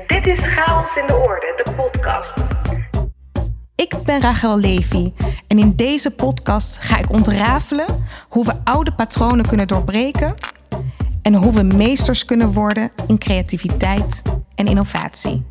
Dit is Chaos in de Orde, de podcast. Ik ben Rachel Levy en in deze podcast ga ik ontrafelen hoe we oude patronen kunnen doorbreken en hoe we meesters kunnen worden in creativiteit en innovatie.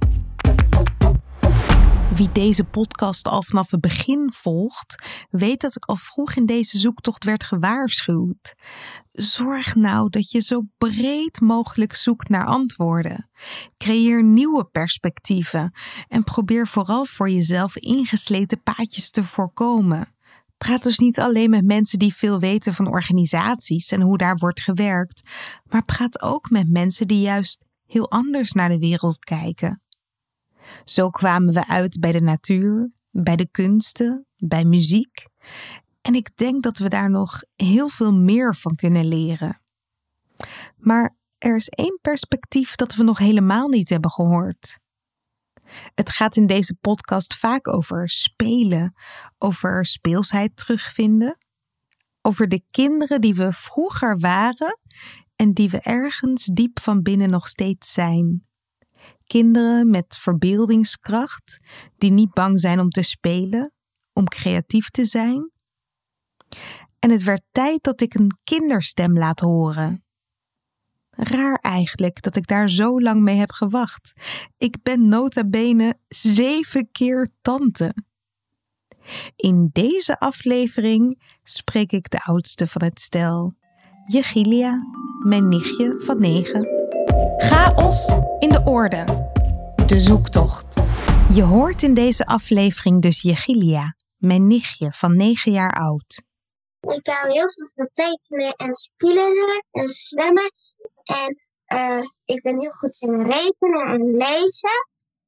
Wie deze podcast al vanaf het begin volgt, weet dat ik al vroeg in deze zoektocht werd gewaarschuwd. Zorg nou dat je zo breed mogelijk zoekt naar antwoorden. Creëer nieuwe perspectieven en probeer vooral voor jezelf ingesleten paadjes te voorkomen. Praat dus niet alleen met mensen die veel weten van organisaties en hoe daar wordt gewerkt, maar praat ook met mensen die juist heel anders naar de wereld kijken. Zo kwamen we uit bij de natuur, bij de kunsten, bij muziek. En ik denk dat we daar nog heel veel meer van kunnen leren. Maar er is één perspectief dat we nog helemaal niet hebben gehoord. Het gaat in deze podcast vaak over spelen, over speelsheid terugvinden, over de kinderen die we vroeger waren en die we ergens diep van binnen nog steeds zijn. Kinderen met verbeeldingskracht, die niet bang zijn om te spelen, om creatief te zijn. En het werd tijd dat ik een kinderstem laat horen. Raar eigenlijk dat ik daar zo lang mee heb gewacht. Ik ben nota bene 7 keer tante. In deze aflevering spreek ik de oudste van het stel, Jegilia, mijn nichtje van 9. Chaos in de orde. De zoektocht. Je hoort in deze aflevering dus Jegilia, mijn nichtje van 9 jaar oud. Ik hou heel veel van tekenen en spelen en zwemmen. En ik ben heel goed in rekenen en lezen.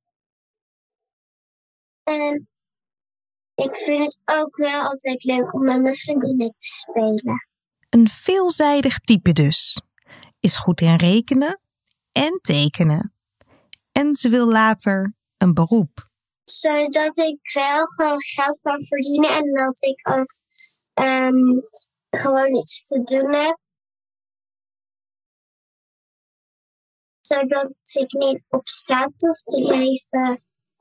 En ik vind het ook wel altijd leuk om met mijn vriendinnen te spelen. Een veelzijdig type dus. Is goed in rekenen en tekenen. En ze wil later een beroep. Zodat ik wel gewoon geld kan verdienen en dat ik ook gewoon iets te doen heb. Zodat ik niet op straat hoef te leven.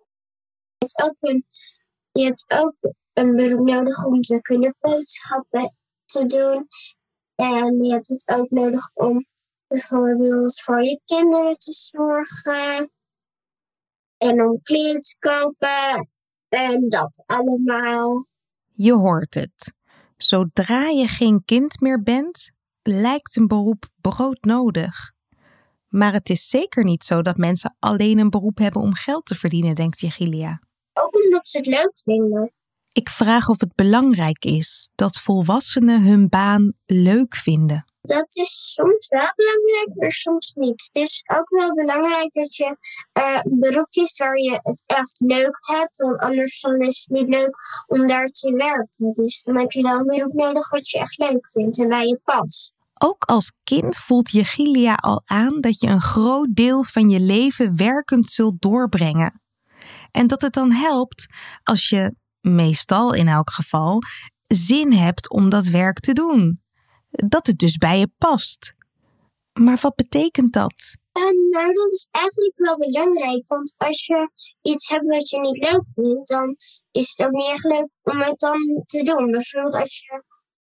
Je hebt ook een beroep nodig om te kunnen boodschappen te doen. En je hebt het ook nodig om bijvoorbeeld voor je kinderen te zorgen. En om kleren te kopen. En dat allemaal. Je hoort het. Zodra je geen kind meer bent, lijkt een beroep broodnodig. Maar het is zeker niet zo dat mensen alleen een beroep hebben om geld te verdienen, denkt Jegilia. Ook omdat ze het leuk vinden. Ik vraag of het belangrijk is dat volwassenen hun baan leuk vinden. Dat is soms wel belangrijk, maar soms niet. Het is ook wel belangrijk dat je een beroep kiest waar je het echt leuk hebt. Want anders dan is het niet leuk om daar te werken. Dus dan heb je wel een beroep nodig wat je echt leuk vindt en bij je past. Ook als kind voelt Jegilia al aan dat je een groot deel van je leven werkend zult doorbrengen. En dat het dan helpt als je, meestal in elk geval, zin hebt om dat werk te doen. Dat het dus bij je past. Maar wat betekent dat? Nou, dat is eigenlijk wel belangrijk. Want als je iets hebt wat je niet leuk vindt, dan is het ook niet echt leuk om het dan te doen. Bijvoorbeeld als je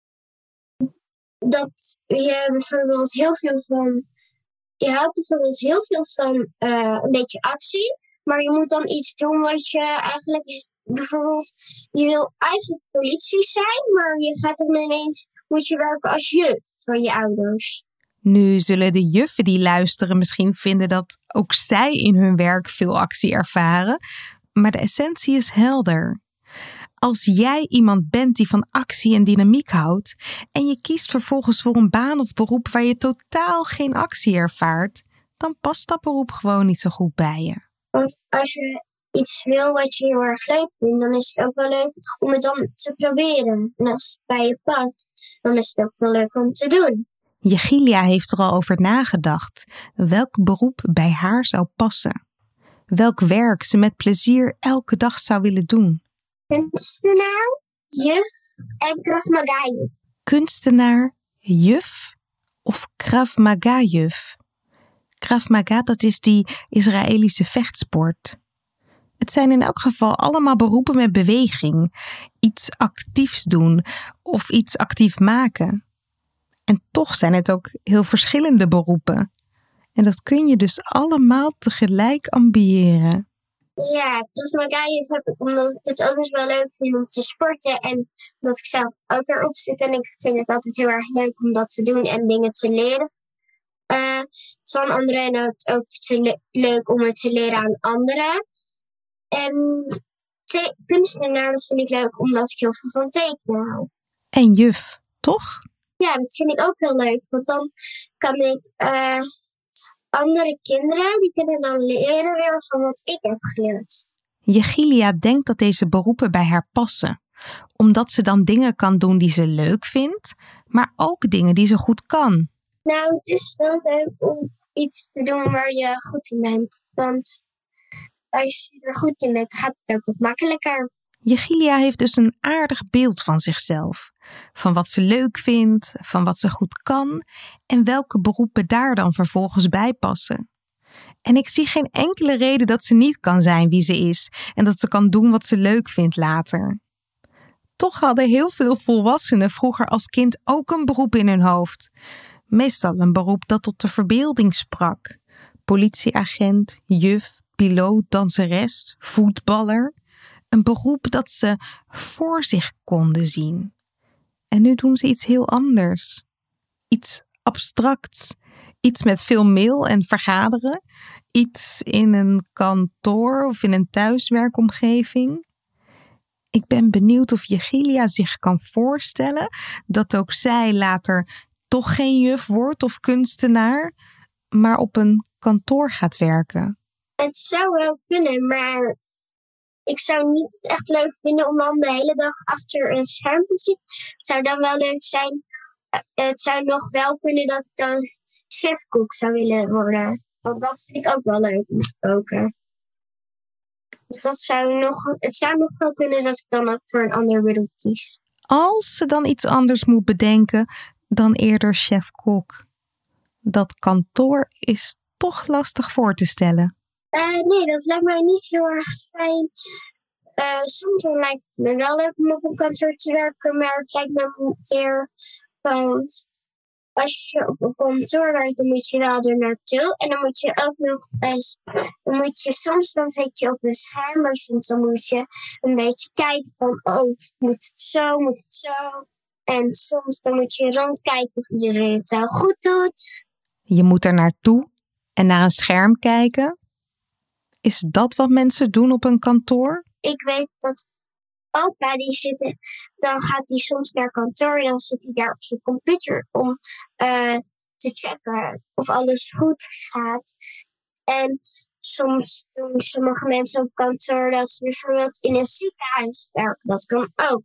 bijvoorbeeld heel veel van... Je houdt bijvoorbeeld heel veel van een beetje actie. Maar je moet dan iets doen wat je eigenlijk... Bijvoorbeeld, je wil eigenlijk politie zijn, maar je gaat dan ineens... Moet je werken als juf van je ouders. Nu zullen de juffen die luisteren misschien vinden dat ook zij in hun werk veel actie ervaren. Maar de essentie is helder. Als jij iemand bent die van actie en dynamiek houdt en je kiest vervolgens voor een baan of beroep waar je totaal geen actie ervaart, dan past dat beroep gewoon niet zo goed bij je. Want als je iets wil wat je heel erg leuk vindt, dan is het ook wel leuk om het dan te proberen. En als het bij je past, dan is het ook wel leuk om te doen. Jegilia heeft er al over nagedacht welk beroep bij haar zou passen. Welk werk ze met plezier elke dag zou willen doen. Kunstenaar, juf en Krav Maga juf. Kunstenaar, juf of Krav Maga juf? Krav Maga, dat is die Israëlische vechtsport. Het zijn in elk geval allemaal beroepen met beweging. Iets actiefs doen of iets actief maken. En toch zijn het ook heel verschillende beroepen. En dat kun je dus allemaal tegelijk ambiëren. Ja, Krav Maga heb ik omdat ik het altijd wel leuk vind om te sporten. En dat ik zelf ook erop zit. En ik vind het altijd heel erg leuk om dat te doen en dingen te leren van anderen. En het ook leuk om het te leren aan anderen. En kunstenaar, dat vind ik leuk omdat ik heel veel van tekenen hou. En juf, toch? Ja, dat vind ik ook heel leuk. Want dan kan ik andere kinderen, die kunnen dan leren weer van wat ik heb geleerd. Jegilia denkt dat deze beroepen bij haar passen. Omdat ze dan dingen kan doen die ze leuk vindt, maar ook dingen die ze goed kan. Nou, het is wel leuk om iets te doen waar je goed in bent. Want als je er goed in bent, gaat het ook wat makkelijker. Jegilia heeft dus een aardig beeld van zichzelf. Van wat ze leuk vindt, van wat ze goed kan en welke beroepen daar dan vervolgens bij passen. En ik zie geen enkele reden dat ze niet kan zijn wie ze is en dat ze kan doen wat ze leuk vindt later. Toch hadden heel veel volwassenen vroeger als kind ook een beroep in hun hoofd. Meestal een beroep dat tot de verbeelding sprak. Politieagent, juf, piloot, danseres, voetballer. Een beroep dat ze voor zich konden zien. En nu doen ze iets heel anders. Iets abstracts. Iets met veel mail en vergaderen. Iets in een kantoor of in een thuiswerkomgeving. Ik ben benieuwd of Jegilia zich kan voorstellen dat ook zij later toch geen juf wordt of kunstenaar, maar op een kantoor gaat werken. Het zou wel kunnen, maar ik zou niet echt leuk vinden om dan de hele dag achter een scherm te zitten. Het zou dan wel leuk zijn. Het zou nog wel kunnen dat ik dan chefkok zou willen worden. Want dat vind ik ook wel leuk om te koken. Dus het zou nog wel kunnen dat ik dan ook voor een ander beroep kies. Als ze dan iets anders moet bedenken dan eerder chef-kok. Dat kantoor is toch lastig voor te stellen. Nee, dat lijkt mij niet heel erg fijn. Soms dan lijkt het me wel leuk om op een kantoor te werken, maar het lijkt me weer. Want als je op een kantoor werkt, dan moet je wel er naartoe. En dan moet je ook nog eens. Soms dan zit je op een scherm, maar soms dan moet je een beetje kijken van, oh, moet het zo, moet het zo. En soms dan moet je rondkijken of iedereen het wel goed doet. Je moet er naartoe en naar een scherm kijken. Is dat wat mensen doen op een kantoor? Ik weet dat opa, dan gaat hij soms naar kantoor en dan zit hij daar op zijn computer om te checken of alles goed gaat. En soms doen sommige mensen op kantoor dat ze bijvoorbeeld in een ziekenhuis werken. Dat kan ook.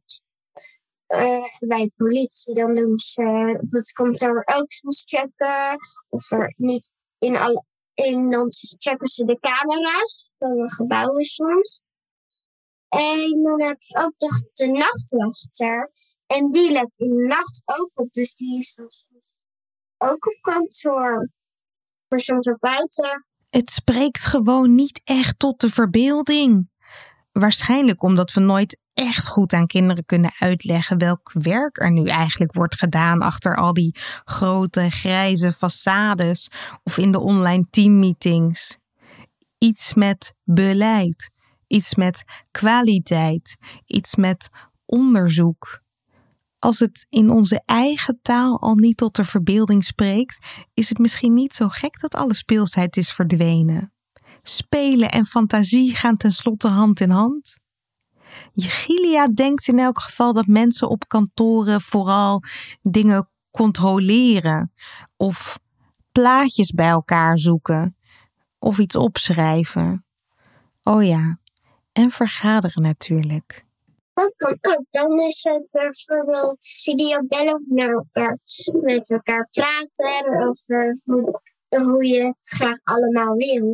Bij de politie, dan doen ze op het kantoor ook soms checken of er niet en dan checken ze de camera's van een gebouw soms. En dan heb je ook nog de nachtwachter. En die let in de nacht ook op. Dus die is dan soms ook op kantoor. Maar soms ook buiten. Het spreekt gewoon niet echt tot de verbeelding. Waarschijnlijk omdat we nooit echt goed aan kinderen kunnen uitleggen welk werk er nu eigenlijk wordt gedaan achter al die grote grijze façades of in de online teammeetings. Iets met beleid, iets met kwaliteit, iets met onderzoek. Als het in onze eigen taal al niet tot de verbeelding spreekt, is het misschien niet zo gek dat alle speelsheid is verdwenen. Spelen en fantasie gaan tenslotte hand in hand. Jegilia denkt in elk geval dat mensen op kantoren vooral dingen controleren of plaatjes bij elkaar zoeken of iets opschrijven. Oh ja, en vergaderen natuurlijk. Dat kan ook. Dan is het bijvoorbeeld videobellen of met elkaar praten over hoe je het graag allemaal wil.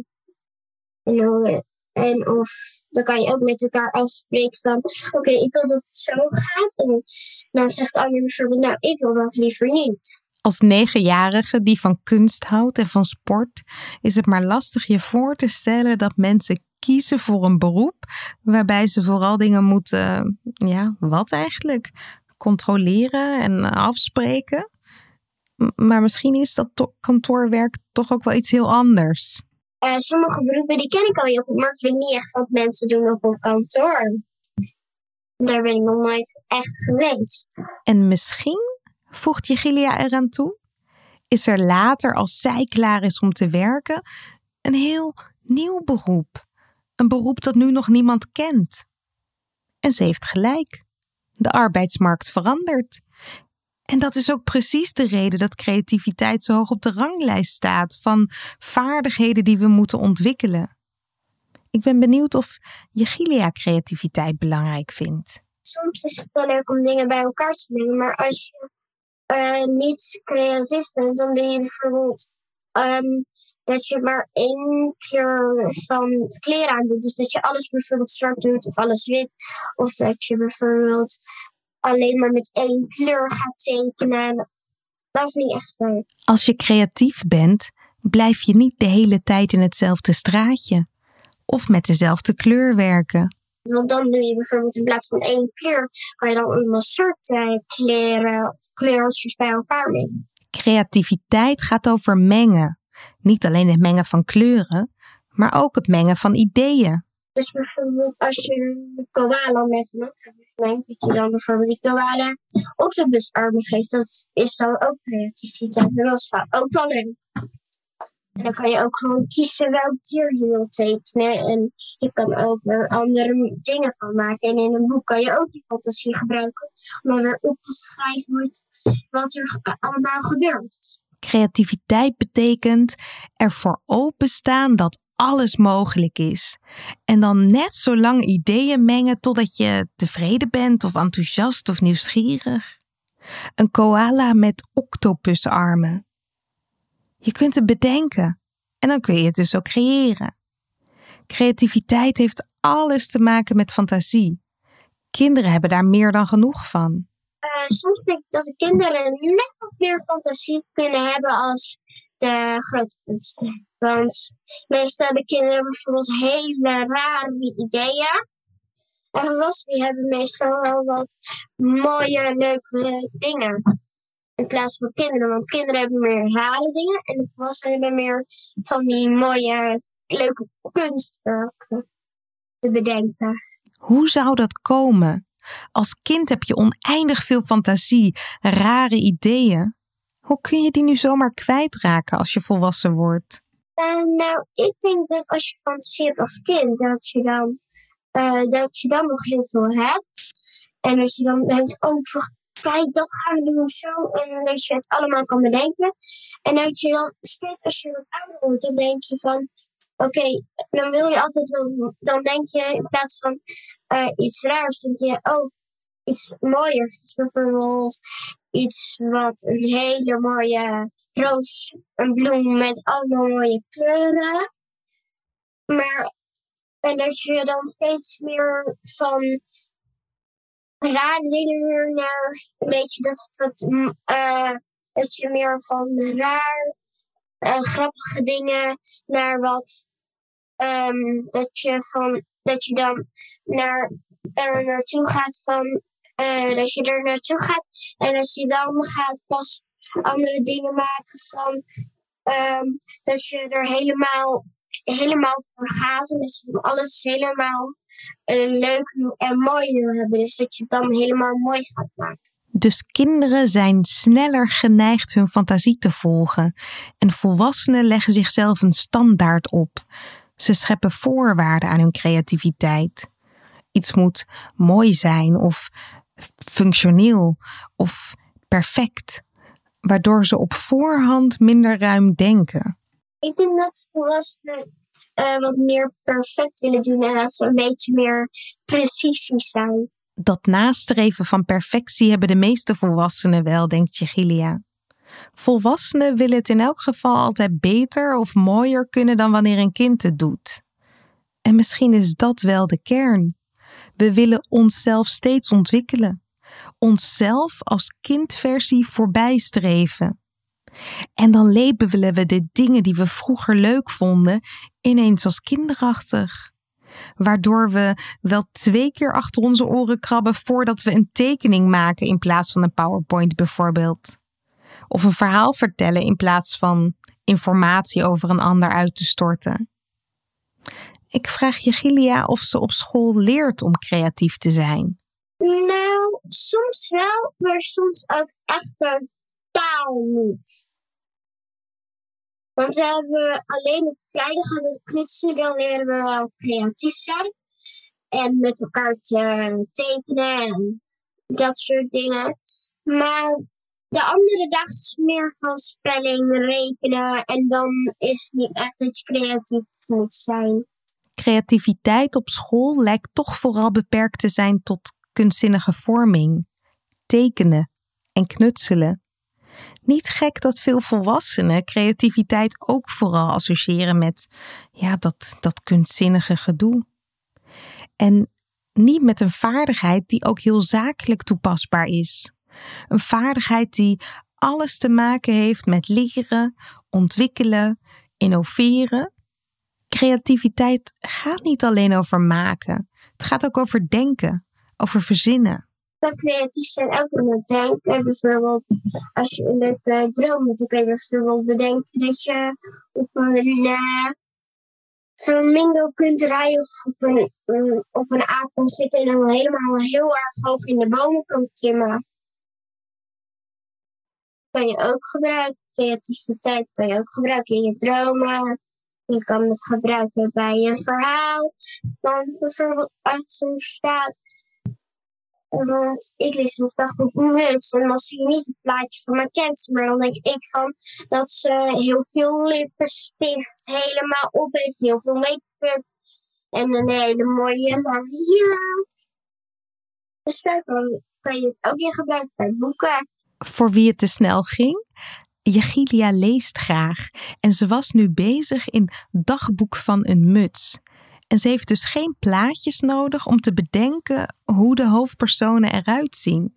En of dan kan je ook met elkaar afspreken van oké, ik wil dat het zo gaat. En dan zegt de ander bijvoorbeeld, nou, ik wil dat liever niet. Als 9-jarige die van kunst houdt en van sport, is het maar lastig je voor te stellen dat mensen kiezen voor een beroep waarbij ze vooral dingen moeten, wat eigenlijk? Controleren en afspreken. Maar misschien is dat kantoorwerk toch ook wel iets heel anders. Sommige beroepen die ken ik al heel goed, maar ik weet niet echt wat mensen doen op een kantoor. Daar ben ik nog nooit echt geweest. En misschien, voegt Jigilia eraan toe, is er later, als zij klaar is om te werken, een heel nieuw beroep. Een beroep dat nu nog niemand kent. En ze heeft gelijk. De arbeidsmarkt verandert. En dat is ook precies de reden dat creativiteit zo hoog op de ranglijst staat van vaardigheden die we moeten ontwikkelen. Ik ben benieuwd of Jigilia creativiteit belangrijk vindt. Soms is het wel leuk om dingen bij elkaar te brengen, maar als je niet creatief bent, dan doe je bijvoorbeeld dat je maar 1 kleur van kleren aan doet. Dus dat je alles bijvoorbeeld zwart doet of alles wit. Of dat je bijvoorbeeld alleen maar met 1 kleur gaat tekenen. Dat is niet echt leuk. Als je creatief bent, blijf je niet de hele tijd in hetzelfde straatje. Of met dezelfde kleur werken. Want dan doe je bijvoorbeeld in plaats van 1 kleur, kan je dan allemaal soorten kleren of kleurtjes bij elkaar mengen. Creativiteit gaat over mengen. Niet alleen het mengen van kleuren, maar ook het mengen van ideeën. Dus bijvoorbeeld als je een koala met een octopus mengt, dat je dan bijvoorbeeld die koala octopusarmen geeft. Dat is dan ook creativiteit. En dat is ook wel leuk. En dan kan je ook gewoon kiezen welk dier je wilt tekenen. En je kan ook er andere dingen van maken. En in een boek kan je ook die fantasie gebruiken om dan weer op te schrijven wat er allemaal gebeurt. Creativiteit betekent ervoor openstaan dat alles mogelijk is. En dan net zo lang ideeën mengen totdat je tevreden bent of enthousiast of nieuwsgierig. Een koala met octopusarmen. Je kunt het bedenken en dan kun je het dus ook creëren. Creativiteit heeft alles te maken met fantasie. Kinderen hebben daar meer dan genoeg van. Soms denk ik dat de kinderen net wat meer fantasie kunnen hebben als de grote kunstenaars. Want meestal hebben kinderen bijvoorbeeld hele rare ideeën. En volwassenen hebben meestal wel wat mooie, leuke dingen. In plaats van kinderen. Want kinderen hebben meer rare dingen. En de volwassenen hebben meer van die mooie, leuke kunstwerken te bedenken. Hoe zou dat komen? Als kind heb je oneindig veel fantasie, rare ideeën. Hoe kun je die nu zomaar kwijtraken als je volwassen wordt? Nou, ik denk dat als je fantasie hebt als kind, dat je dan nog heel veel hebt. En als je dan denkt, kijk, dat gaan we doen zo. En dat je het allemaal kan bedenken. En dat je dan steeds, als je wat ouder wordt, dan denk je van, oké, dan wil je altijd wel, dan denk je in plaats van iets raars, denk je, iets mooiers. Dus bijvoorbeeld iets wat een hele mooie roos, een bloem met allemaal mooie kleuren. En als je dan steeds meer van rare dingen weer naar een beetje dat je meer van grappige dingen naar wat dat je dan naartoe gaat van dat je er naartoe gaat en dat je dan gaat pas andere dingen maken van dat je er helemaal voor gaat en dat je dan alles helemaal leuk en mooi wil hebben. Dus dat je het dan helemaal mooi gaat maken. Dus kinderen zijn sneller geneigd hun fantasie te volgen en volwassenen leggen zichzelf een standaard op. Ze scheppen voorwaarden aan hun creativiteit. Iets moet mooi zijn of functioneel of perfect, waardoor ze op voorhand minder ruim denken. Ik denk dat volwassenen wat meer perfect willen doen en dat ze een beetje meer precisie zijn. Dat nastreven van perfectie hebben de meeste volwassenen wel, denkt Jigilia. Volwassenen willen het in elk geval altijd beter of mooier kunnen dan wanneer een kind het doet. En misschien is dat wel de kern. We willen onszelf steeds ontwikkelen. Onszelf als kindversie voorbijstreven. En dan labelen we de dingen die we vroeger leuk vonden ineens als kinderachtig. Waardoor we wel 2 keer achter onze oren krabben voordat we een tekening maken in plaats van een PowerPoint bijvoorbeeld. Of een verhaal vertellen in plaats van informatie over een ander uit te storten. Ik vraag Jigilia of ze op school leert om creatief te zijn. Nou, soms wel, maar soms ook echt totaal niet. Want we hebben alleen op vrijdag aan het knutselen, dan leren we wel creatief zijn. En met elkaar te tekenen en dat soort dingen. Maar de andere dag is meer van spelling, rekenen. En dan is het niet echt dat je creatief moet zijn. Creativiteit op school lijkt toch vooral beperkt te zijn tot kunstzinnige vorming, tekenen en knutselen. Niet gek dat veel volwassenen creativiteit ook vooral associëren met dat kunstzinnige gedoe. En niet met een vaardigheid die ook heel zakelijk toepasbaar is. Een vaardigheid die alles te maken heeft met leren, ontwikkelen, innoveren. Creativiteit gaat niet alleen over maken. Het gaat ook over denken, over verzinnen. Je kan creatief zijn ook in het denken. Bijvoorbeeld, als je een leuke droom hebt, dan kun je bijvoorbeeld bedenken dat je op een flamingo kunt rijden of op een aap kan zitten en dan helemaal heel erg hoog in de bomen kan klimmen. Kan je ook gebruiken. Creativiteit kan je ook gebruiken in je dromen. Je kan het gebruiken bij een verhaal. Want bijvoorbeeld als er staat, want ik lees een dagboek Muts en dan zie je niet het plaatje van mijn kennis, maar dan denk ik van dat ze heel veel lippenstift helemaal op heeft, heel veel make-up en een hele mooie marie. Dus daar kan je het ook in gebruiken bij boeken. Voor wie het te snel ging, Jigilia leest graag en ze was nu bezig in Dagboek van een Muts. En ze heeft dus geen plaatjes nodig om te bedenken hoe de hoofdpersonen eruit zien.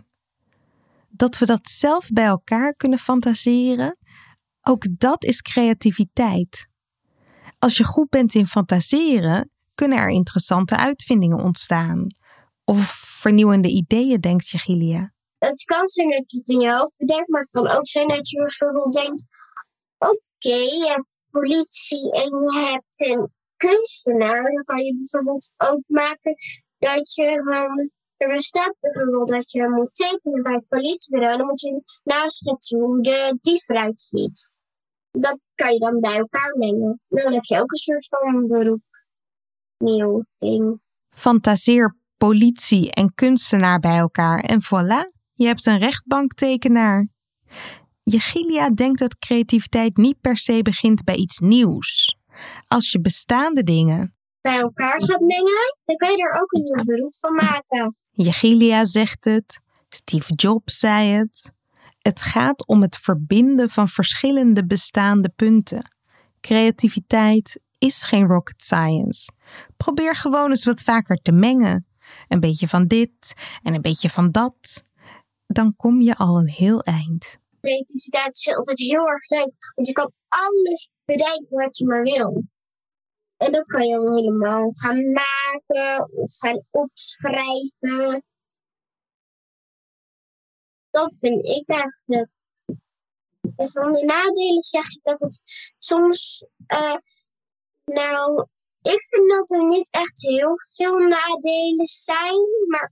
Dat we dat zelf bij elkaar kunnen fantaseren, ook dat is creativiteit. Als je goed bent in fantaseren, kunnen er interessante uitvindingen ontstaan. Of vernieuwende ideeën, denkt Jigilia. Het kan zijn dat je het in je hoofd bedenkt, maar het kan ook zijn dat je bijvoorbeeld denkt, oké, je hebt politie en je hebt een kunstenaar. Dan kan je bijvoorbeeld ook maken dat je, er bestaat bijvoorbeeld dat je moet tekenen bij het politiebureau. Dan moet je naschetsen hoe de dief eruit ziet. Dat kan je dan bij elkaar mengen. Dan heb je ook een soort van beroep. Nieuw ding. Fantaseer politie en kunstenaar bij elkaar en voilà, je hebt een rechtbanktekenaar. Jigilia denkt dat creativiteit niet per se begint bij iets nieuws. Als je bestaande dingen bij elkaar gaat mengen, dan kan je er ook een nieuw beroep van maken. Jigilia zegt het, Steve Jobs zei het. Het gaat om het verbinden van verschillende bestaande punten. Creativiteit is geen rocket science. Probeer gewoon eens wat vaker te mengen. Een beetje van dit en een beetje van dat. Dan kom je al een heel eind. Creativiteit is altijd heel erg leuk, want je kan alles bedenken wat je maar wil. En dat kan je dan helemaal gaan maken of gaan opschrijven. Dat vind ik eigenlijk. En van de nadelen zeg ik dat het soms, ik vind dat er niet echt heel veel nadelen zijn, maar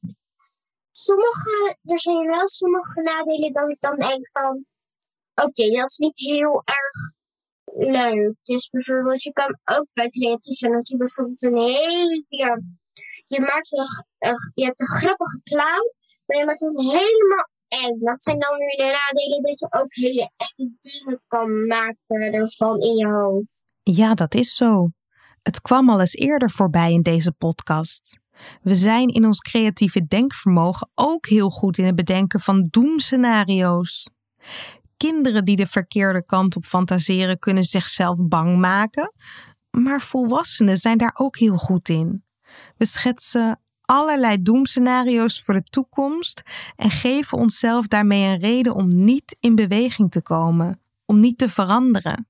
er zijn wel sommige nadelen dat ik dan denk van, oké, dat is niet heel erg leuk. Dus bijvoorbeeld, je kan ook bij creatief zijn dat je bijvoorbeeld je hebt een grappige clown, maar je maakt hem helemaal eng. Dat zijn dan weer de nadelen dat je ook hele enge dingen kan maken ervan in je hoofd. Ja, dat is zo. Het kwam al eens eerder voorbij in deze podcast. We zijn in ons creatieve denkvermogen ook heel goed in het bedenken van doemscenario's. Kinderen die de verkeerde kant op fantaseren kunnen zichzelf bang maken, maar volwassenen zijn daar ook heel goed in. We schetsen allerlei doemscenario's voor de toekomst en geven onszelf daarmee een reden om niet in beweging te komen om niet te veranderen?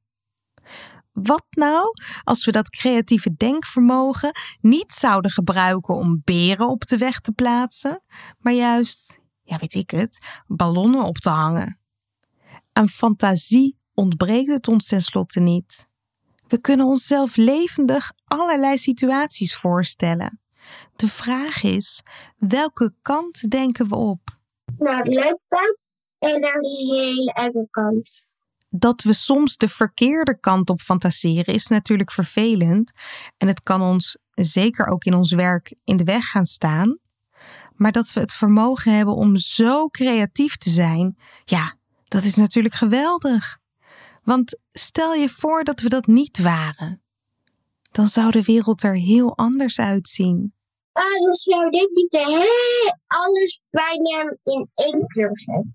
Wat nou als we dat creatieve denkvermogen niet zouden gebruiken om beren op de weg te plaatsen, maar juist, weet ik het, ballonnen op te hangen? Aan fantasie ontbreekt het ons tenslotte niet. We kunnen onszelf levendig allerlei situaties voorstellen. De vraag is, welke kant denken we op? Naar de leuke kant en naar de hele enge kant. Dat we soms de verkeerde kant op fantaseren is natuurlijk vervelend. En het kan ons, zeker ook in ons werk, in de weg gaan staan. Maar dat we het vermogen hebben om zo creatief te zijn, dat is natuurlijk geweldig. Want stel je voor dat we dat niet waren. Dan zou de wereld er heel anders uitzien. Dan zou dit niet alles bijna in één kleur zijn.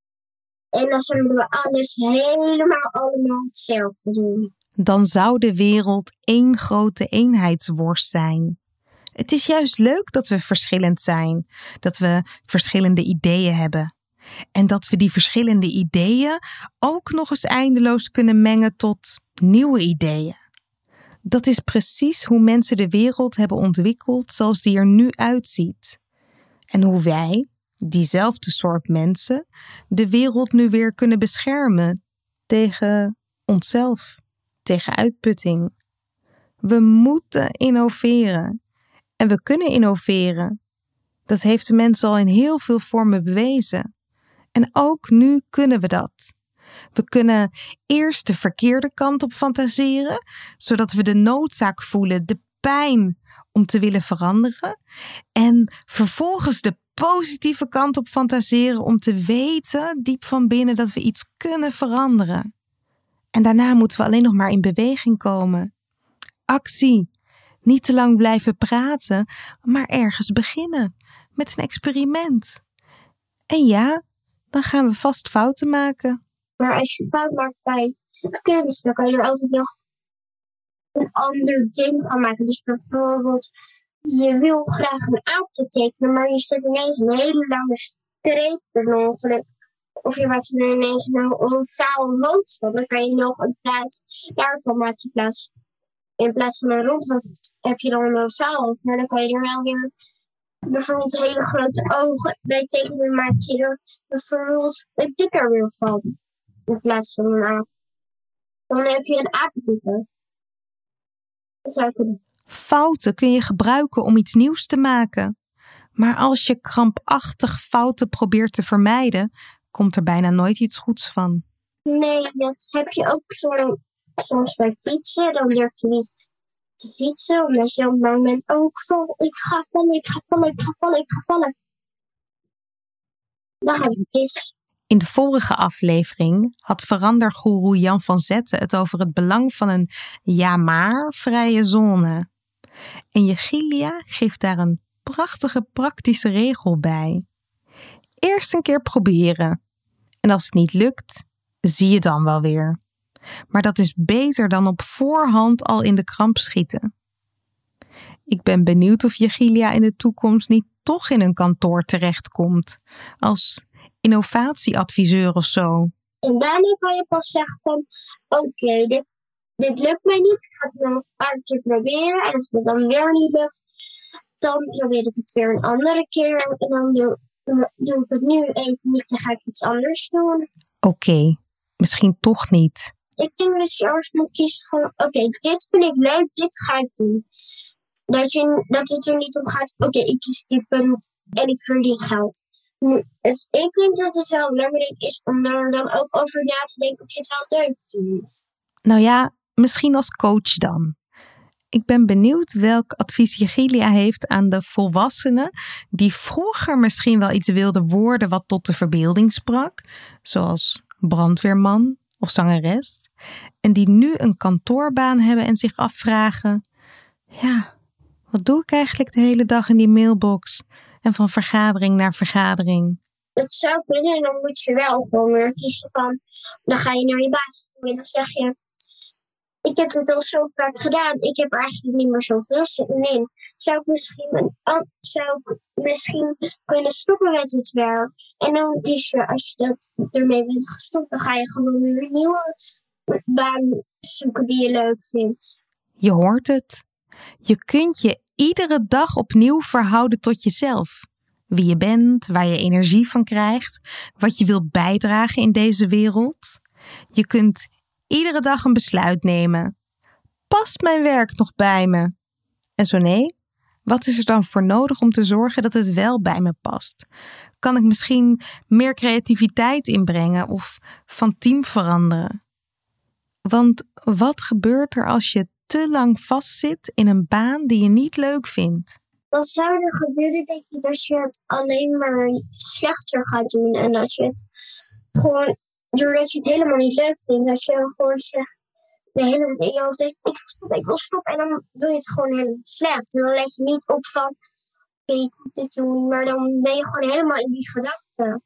En dan zouden we alles helemaal allemaal hetzelfde doen. Dan zou de wereld één grote eenheidsworst zijn. Het is juist leuk dat we verschillend zijn. Dat we verschillende ideeën hebben. En dat we die verschillende ideeën ook nog eens eindeloos kunnen mengen tot nieuwe ideeën. Dat is precies hoe mensen de wereld hebben ontwikkeld zoals die er nu uitziet. En hoe wij, diezelfde soort mensen, de wereld nu weer kunnen beschermen tegen onszelf, tegen uitputting. We moeten innoveren. En we kunnen innoveren. Dat heeft de mens al in heel veel vormen bewezen. En ook nu kunnen we dat. We kunnen eerst de verkeerde kant op fantaseren, zodat we de noodzaak voelen, de pijn om te willen veranderen. En vervolgens de positieve kant op fantaseren om te weten, diep van binnen, dat we iets kunnen veranderen. En daarna moeten we alleen nog maar in beweging komen. Actie. Niet te lang blijven praten, maar ergens beginnen met een experiment. En dan gaan we vast fouten maken. Maar als je fout maakt bij kunst, dan kan je er altijd nog een ander ding van maken. Dus bijvoorbeeld, je wil graag een aapje tekenen, maar je zet ineens een hele lange streep per ongeluk. Of je maakt er ineens een ovaal hoofd van. Dan kan je nog een plaats daarvan maken. In plaats van een rond hoofd heb je dan een ovaal hoofd. Maar dan kan je er wel weer bijvoorbeeld hele grote ogen bij tekenen, maak je er bijvoorbeeld een dikker weer van. In plaats van een aap. Dan heb je een apendikker. Dat zou kunnen. Fouten kun je gebruiken om iets nieuws te maken. Maar als je krampachtig fouten probeert te vermijden, komt er bijna nooit iets goeds van. Nee, dat heb je ook soms bij fietsen. Dan durf je niet te fietsen, omdat je op het moment ik ga vallen. Dan gaat het mis. In de vorige aflevering had verandergoeroe Jan van Zetten het over het belang van een ja-maar-vrije zone. En Jigilia geeft daar een prachtige praktische regel bij. Eerst een keer proberen. En als het niet lukt, zie je dan wel weer. Maar dat is beter dan op voorhand al in de kramp schieten. Ik ben benieuwd of Jigilia in de toekomst niet toch in een kantoor terechtkomt. Als innovatieadviseur of zo. En daarna kan je pas zeggen van, oké, dit lukt mij niet. Ik ga het nog een paar keer proberen. En als het dan weer niet lukt, dan probeer ik het weer een andere keer. En dan doe ik het nu even niet. Dan ga ik iets anders doen. Oké, misschien toch niet. Ik denk dat je eerst moet kiezen van, oké, dit vind ik leuk, dit ga ik doen. Dat het er niet om gaat, oké, ik kies dit punt en ik verdien geld. Ik denk dat het wel belangrijk is om er dan ook over na te denken of je het wel leuk vindt. Nou ja, misschien als coach dan. Ik ben benieuwd welk advies Jigilia heeft aan de volwassenen die vroeger misschien wel iets wilden worden wat tot de verbeelding sprak, zoals brandweerman of zangeres, en die nu een kantoorbaan hebben en zich afvragen, wat doe ik eigenlijk de hele dag in die mailbox en van vergadering naar vergadering? Het zou kunnen en dan moet je wel gewoon weer kiezen van, dan ga je naar je baas toe en dan zeg je, ik heb dit al zo vaak gedaan. Ik heb er eigenlijk niet meer zoveel zin in. Zou ik misschien kunnen stoppen met het werk? En dan kies je, als je dat ermee bent gestopt, dan ga je gewoon weer een nieuwe baan zoeken die je leuk vindt. Je hoort het. Je kunt je iedere dag opnieuw verhouden tot jezelf. Wie je bent, waar je energie van krijgt, wat je wilt bijdragen in deze wereld. Je kunt iedere dag een besluit nemen. Past mijn werk nog bij me? En zo nee, wat is er dan voor nodig om te zorgen dat het wel bij me past? Kan ik misschien meer creativiteit inbrengen of van team veranderen? Want wat gebeurt er als je te lang vastzit in een baan die je niet leuk vindt? Dan zou er gebeuren, denk ik, dat je het alleen maar slechter gaat doen. En dat je het gewoon, doordat je het helemaal niet leuk vindt, dat je dan gewoon zegt, de hele tijd in je hoofd denkt, ik wil stoppen. En dan doe je het gewoon helemaal slecht. En dan let je niet op van, oké, ik moet dit doen. Maar dan ben je gewoon helemaal in die gedachten.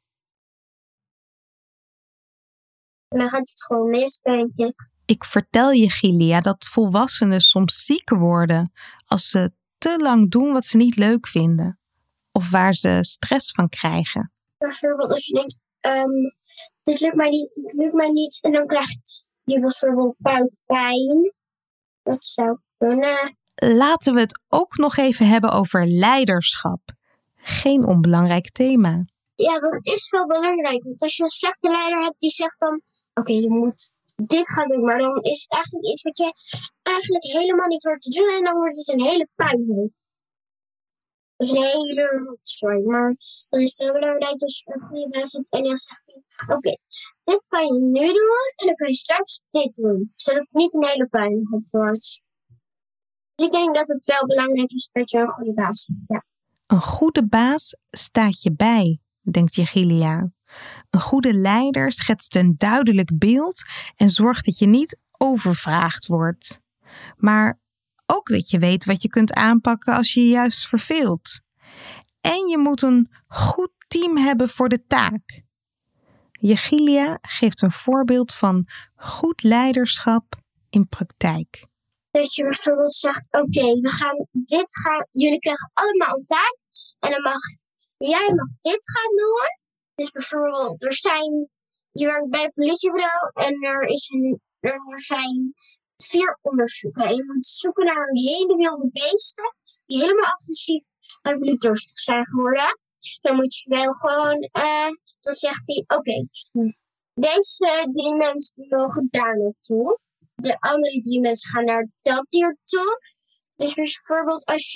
En dan gaat het gewoon mis, denk ik. Ik vertel je, Gilia, dat volwassenen soms ziek worden als ze te lang doen wat ze niet leuk vinden. Of waar ze stress van krijgen. Bijvoorbeeld als je denkt, dit lukt mij niet. En dan krijgt je bijvoorbeeld buikpijn. Dat zou kunnen. Laten we het ook nog even hebben over leiderschap. Geen onbelangrijk thema. Ja, dat is wel belangrijk. Want als je een slechte leider hebt die zegt dan, oké, je moet dit gaan doen. Maar dan is het eigenlijk iets wat je eigenlijk helemaal niet hoort te doen. En dan wordt het een hele puinhoop. Dat is een hele rotzooi. Maar dan is het heel belangrijk dat je een goede baas hebt. En dan zegt hij, oké, dit kan je nu doen. En dan kun je straks dit doen. Zodat het niet een hele puinhoop wordt. Dus ik denk dat het wel belangrijk is dat je een goede baas hebt. Ja. Een goede baas staat je bij, denkt Gilia. Een goede leider schetst een duidelijk beeld en zorgt dat je niet overvraagd wordt. Maar ook dat je weet wat je kunt aanpakken als je je juist verveelt. En je moet een goed team hebben voor de taak. Gilia geeft een voorbeeld van goed leiderschap in praktijk. Dat je bijvoorbeeld zegt, oké, jullie krijgen allemaal een taak. En dan jij mag dit gaan doen. Dus bijvoorbeeld, je werkt bij het politiebureau en er zijn 4 onderzoeken. En je moet zoeken naar hele wilde beesten die helemaal agressief en bloeddorstig zijn geworden. Dan moet je wel gewoon, dan zegt hij, oké, deze 3 mensen die mogen daar naartoe. De andere 3 mensen gaan naar dat dier toe. Dus bijvoorbeeld als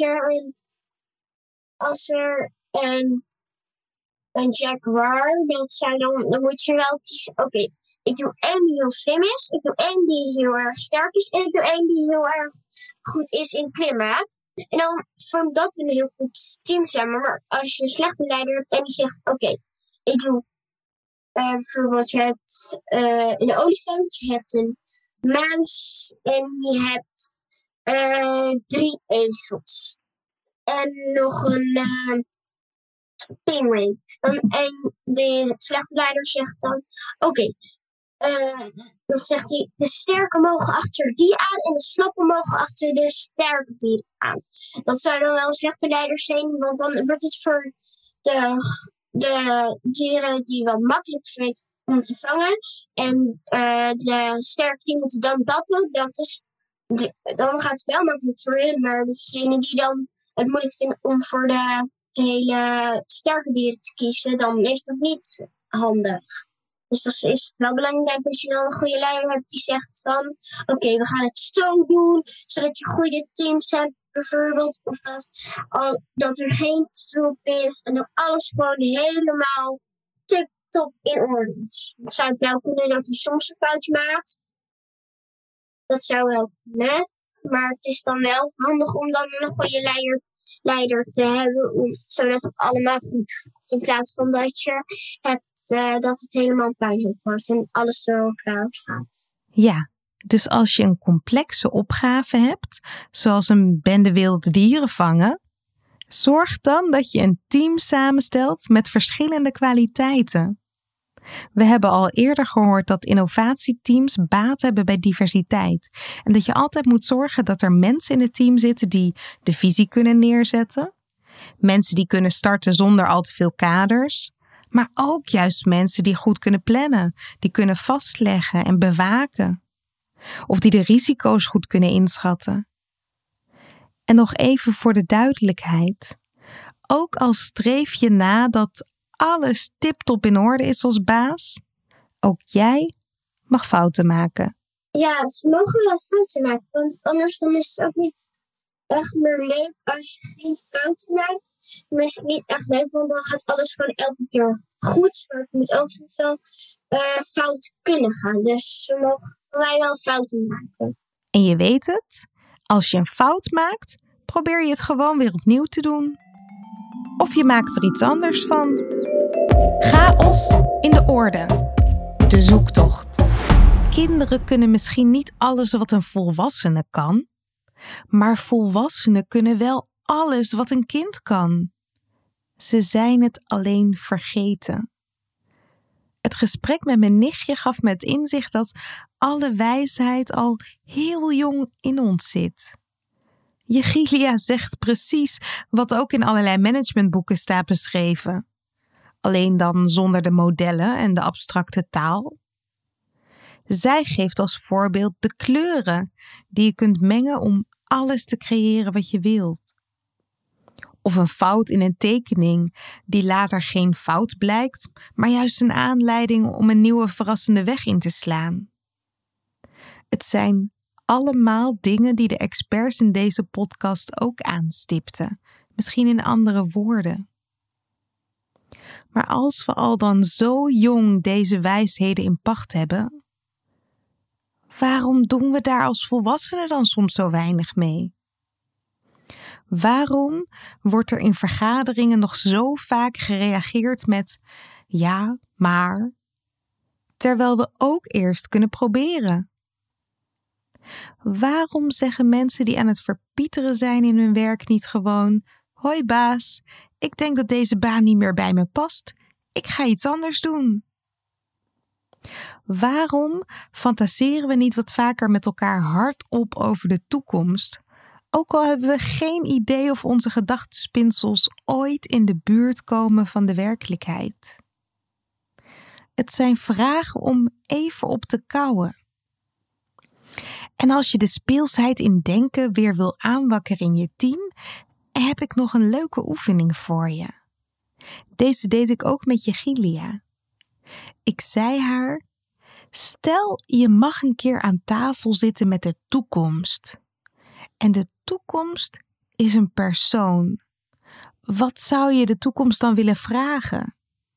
er een jaguar, dan moet je wel kiezen. Oké, ik doe 1 die heel slim is. Ik doe 1 die heel erg sterk is. En ik doe 1 die heel erg goed is in klimmen. En dan vormt dat een heel goed team samen. Maar als je een slechte leider hebt en die zegt, oké, ik doe bijvoorbeeld, je hebt een olifant, je hebt een muis en je hebt 3 ezels. En nog een pinguïn. En de slechte leider zegt dan, oké, dan zegt hij, de sterke mogen achter die aan en de slappe mogen achter de sterke dieren aan. Dat zou dan wel een slechte leider zijn, want dan wordt het voor de dieren die wel makkelijk zijn om te vangen. En de sterke die moeten dan dat doen. Dan gaat het wel makkelijk voor hen. Maar degene die dan het moeilijk vinden om voor de hele sterke dieren te kiezen, dan is dat niet handig. Dus dan is het wel belangrijk dat je dan een goede leider hebt die zegt van, oké, we gaan het zo doen, zodat je goede teams hebt bijvoorbeeld. Of dat er geen troep is en dat alles gewoon helemaal tip-top in orde is. Dan zou het wel kunnen dat hij soms een foutje maakt. Dat zou wel kunnen. Maar het is dan wel handig om dan een goede leider te hebben, zodat het allemaal goed gaat. In plaats van dat het helemaal puinhoop wordt en alles door elkaar gaat. Ja, dus als je een complexe opgave hebt, zoals een bende wilde dieren vangen, zorg dan dat je een team samenstelt met verschillende kwaliteiten. We hebben al eerder gehoord dat innovatieteams baat hebben bij diversiteit. En dat je altijd moet zorgen dat er mensen in het team zitten die de visie kunnen neerzetten. Mensen die kunnen starten zonder al te veel kaders. Maar ook juist mensen die goed kunnen plannen, die kunnen vastleggen en bewaken. Of die de risico's goed kunnen inschatten. En nog even voor de duidelijkheid. Ook al streef je na dat alles tip-top in orde is als baas, ook jij mag fouten maken. Ja, ze mogen wel fouten maken, want anders dan is het ook niet echt meer leuk als je geen fouten maakt. Dan is het niet echt leuk, want dan gaat alles gewoon elke keer goed. Maar het moet ook soms wel fout kunnen gaan. Dus ze mogen voor mij wel fouten maken. En je weet het, als je een fout maakt, probeer je het gewoon weer opnieuw te doen. Of je maakt er iets anders van. Chaos in de orde. De zoektocht. Kinderen kunnen misschien niet alles wat een volwassene kan. Maar volwassenen kunnen wel alles wat een kind kan. Ze zijn het alleen vergeten. Het gesprek met mijn nichtje gaf me het inzicht dat alle wijsheid al heel jong in ons zit. Gilia zegt precies wat ook in allerlei managementboeken staat beschreven. Alleen dan zonder de modellen en de abstracte taal. Zij geeft als voorbeeld de kleuren die je kunt mengen om alles te creëren wat je wilt. Of een fout in een tekening die later geen fout blijkt, maar juist een aanleiding om een nieuwe verrassende weg in te slaan. Het zijn allemaal dingen die de experts in deze podcast ook aanstipten, misschien in andere woorden. Maar als we al dan zo jong deze wijsheden in pacht hebben, waarom doen we daar als volwassenen dan soms zo weinig mee? Waarom wordt er in vergaderingen nog zo vaak gereageerd met ja, maar, terwijl we ook eerst kunnen proberen? Waarom zeggen mensen die aan het verpieteren zijn in hun werk niet gewoon: hoi baas, ik denk dat deze baan niet meer bij me past, ik ga iets anders doen? Waarom fantaseren we niet wat vaker met elkaar hardop over de toekomst, ook al hebben we geen idee of onze gedachtenspinsels ooit in de buurt komen van de werkelijkheid? Het zijn vragen om even op te kauwen. En als je de speelsheid in denken weer wil aanwakkeren in je team, heb ik nog een leuke oefening voor je. Deze deed ik ook met Gilia. Ik zei haar: stel je mag een keer aan tafel zitten met de toekomst. En de toekomst is een persoon. Wat zou je de toekomst dan willen vragen?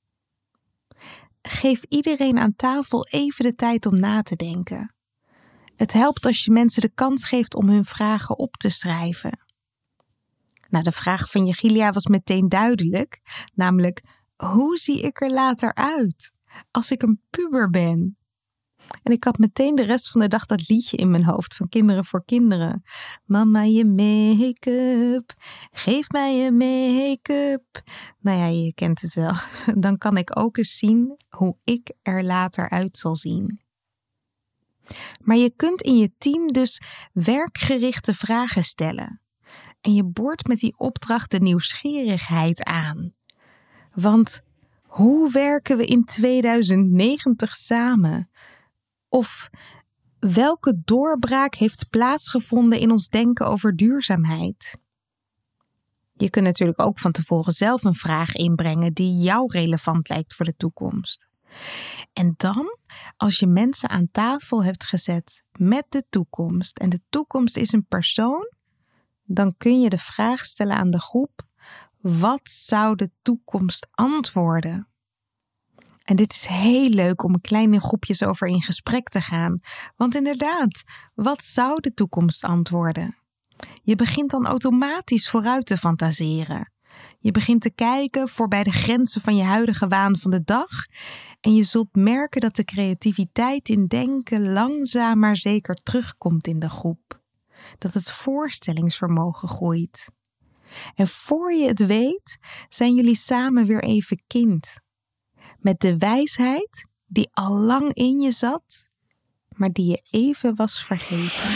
Geef iedereen aan tafel even de tijd om na te denken. Het helpt als je mensen de kans geeft om hun vragen op te schrijven. Nou, de vraag van Gilia was meteen duidelijk, namelijk: hoe zie ik er later uit als ik een puber ben? En ik had meteen de rest van de dag dat liedje in mijn hoofd van Kinderen voor Kinderen. Mama, je make-up, geef mij je make-up. Nou ja, je kent het wel. Dan kan ik ook eens zien hoe ik er later uit zal zien. Maar je kunt in je team dus werkgerichte vragen stellen. En je boort met die opdracht de nieuwsgierigheid aan. Want hoe werken we in 2090 samen? Of welke doorbraak heeft plaatsgevonden in ons denken over duurzaamheid? Je kunt natuurlijk ook van tevoren zelf een vraag inbrengen die jou relevant lijkt voor de toekomst. En dan, als je mensen aan tafel hebt gezet met de toekomst en de toekomst is een persoon, dan kun je de vraag stellen aan de groep: wat zou de toekomst antwoorden? En dit is heel leuk om kleine groepjes over in gesprek te gaan. Want inderdaad, wat zou de toekomst antwoorden? Je begint dan automatisch vooruit te fantaseren. Je begint te kijken voorbij de grenzen van je huidige waan van de dag. En je zult merken dat de creativiteit in denken langzaam maar zeker terugkomt in de groep. Dat het voorstellingsvermogen groeit. En voor je het weet, zijn jullie samen weer even kind. met de wijsheid die al lang in je zat, maar die je even was vergeten.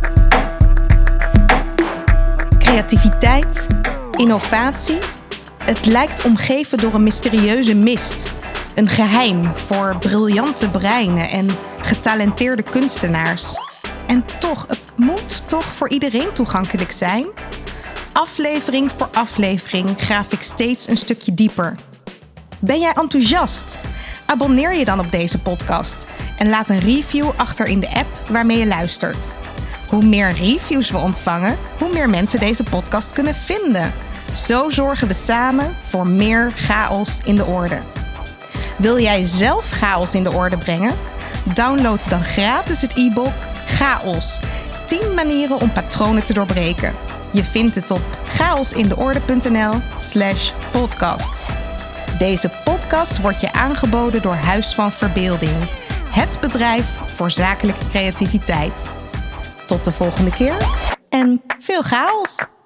Creativiteit, innovatie, het lijkt omgeven door een mysterieuze mist. Een geheim voor briljante breinen en getalenteerde kunstenaars. En toch, het moet toch voor iedereen toegankelijk zijn? Aflevering voor aflevering graaf ik steeds een stukje dieper. Ben jij enthousiast? Abonneer je dan op deze podcast en laat een review achter in de app waarmee je luistert. Hoe meer reviews we ontvangen, hoe meer mensen deze podcast kunnen vinden. Zo zorgen we samen voor meer chaos in de orde. Wil jij zelf chaos in de orde brengen? Download dan gratis het e-book Chaos. 10 manieren om patronen te doorbreken. Je vindt het op chaosindeorde.nl/podcast. Deze podcast wordt je aangeboden door Huis van Verbeelding. Het bedrijf voor zakelijke creativiteit. Tot de volgende keer en veel chaos!